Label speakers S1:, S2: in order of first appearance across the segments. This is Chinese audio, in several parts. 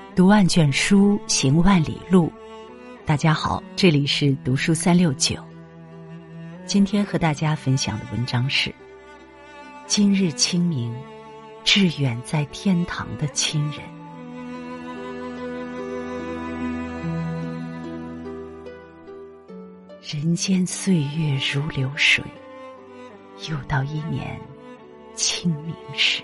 S1: 读万卷书，行万里路。大家好，这里是读书369。今天和大家分享的文章是：今日清明，致远在天堂的亲人。人间岁月如流水，又到一年清明时。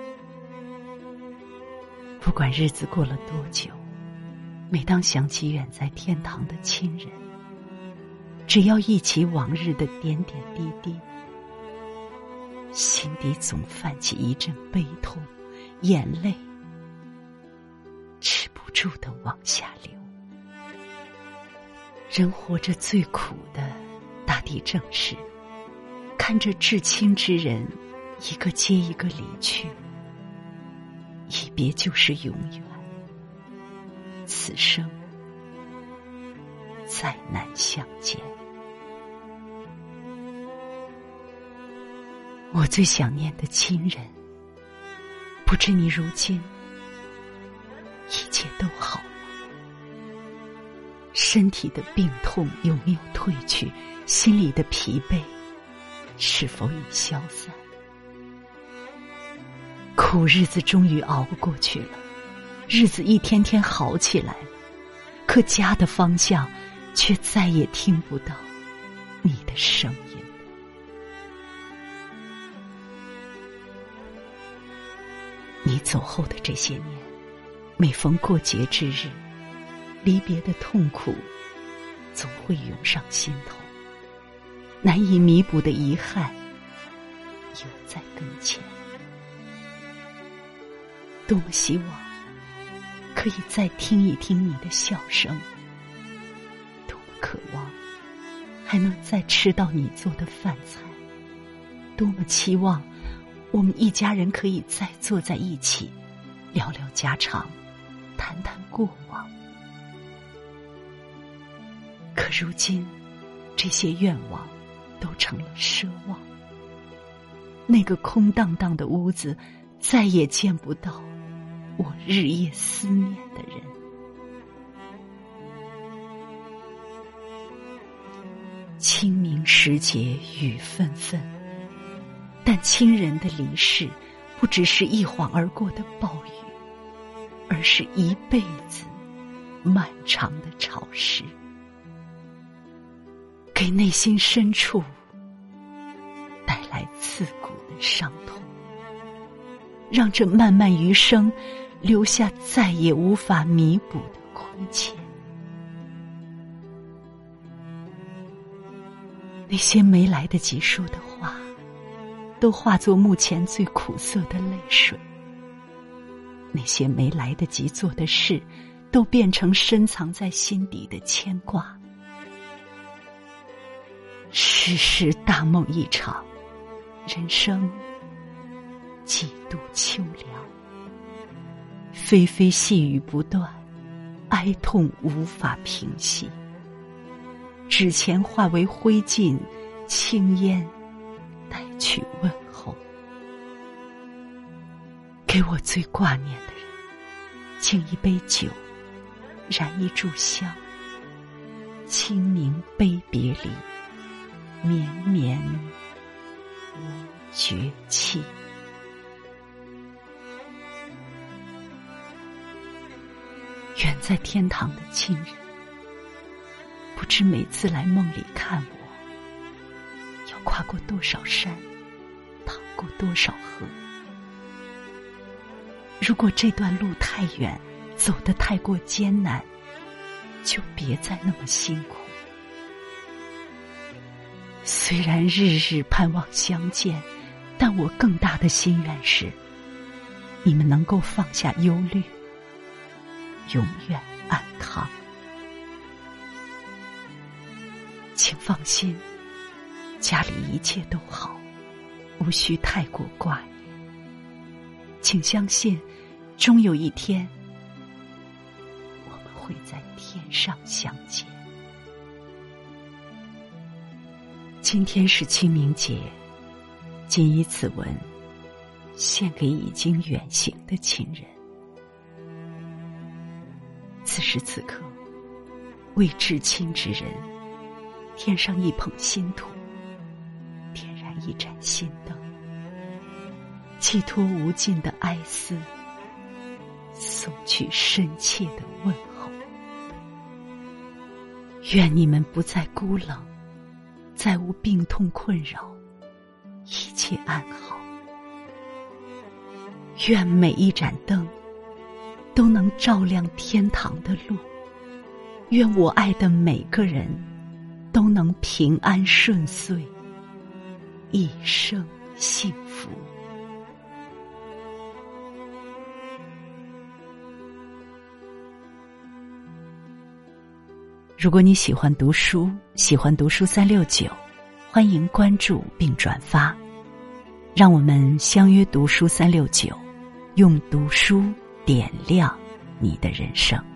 S1: 不管日子过了多久，每当想起远在天堂的亲人，只要忆起往日的点点滴滴，心底总泛起一阵悲痛，眼泪止不住地往下流。人活着最苦的，大抵正是看着至亲之人一个接一个离去，一别就是永远，此生再难相见。我最想念的亲人，不知你如今一切都好吗？身体的病痛有没有退去？心里的疲惫是否已消散？苦日子终于熬过去了，日子一天天好起来了，可家的方向却再也听不到你的声音。你走后的这些年，每逢过节之日，离别的痛苦总会涌上心头，难以弥补的遗憾犹在跟前。多么希望可以再听一听你的笑声，多么渴望还能再吃到你做的饭菜，多么期望我们一家人可以再坐在一起，聊聊家常，谈谈过往。可如今这些愿望都成了奢望，那个空荡荡的屋子再也见不到我日夜思念的人。清明时节雨纷纷，但亲人的离世不只是一晃而过的暴雨，而是一辈子漫长的潮湿，给内心深处带来刺骨的伤痛，让这漫漫余生留下再也无法弥补的亏欠。那些没来得及说的话，都化作目前最苦涩的泪水；那些没来得及做的事，都变成深藏在心底的牵挂。世事大梦一场，人生几度秋凉，霏霏细雨不断，哀痛无法平息。纸钱化为灰烬，轻烟带去问候。给我最挂念的人，敬一杯酒，燃一炷香，清明悲别离，绵绵无绝期。远在天堂的亲人，不知每次来梦里看我，要跨过多少山，淌过多少河。如果这段路太远，走得太过艰难，就别再那么辛苦。虽然日日盼望相见，但我更大的心愿是，你们能够放下忧虑，永远安康。请放心，家里一切都好，无需太过挂念。请相信，终有一天，我们会在天上相见。今天是清明节，谨以此文献给已经远行的亲人。 此时此刻，为至亲之人添上一捧新土，点燃一盏心灯，寄托无尽的哀思，送去深切的问候。愿你们不再孤冷，再无病痛困扰，一切安好。愿每一盏灯都能照亮天堂的路，愿我爱的每个人都能平安顺遂，一生幸福。如果你喜欢读书，喜欢读书369，欢迎关注并转发。让我们相约读书369，用读书点亮你的人生。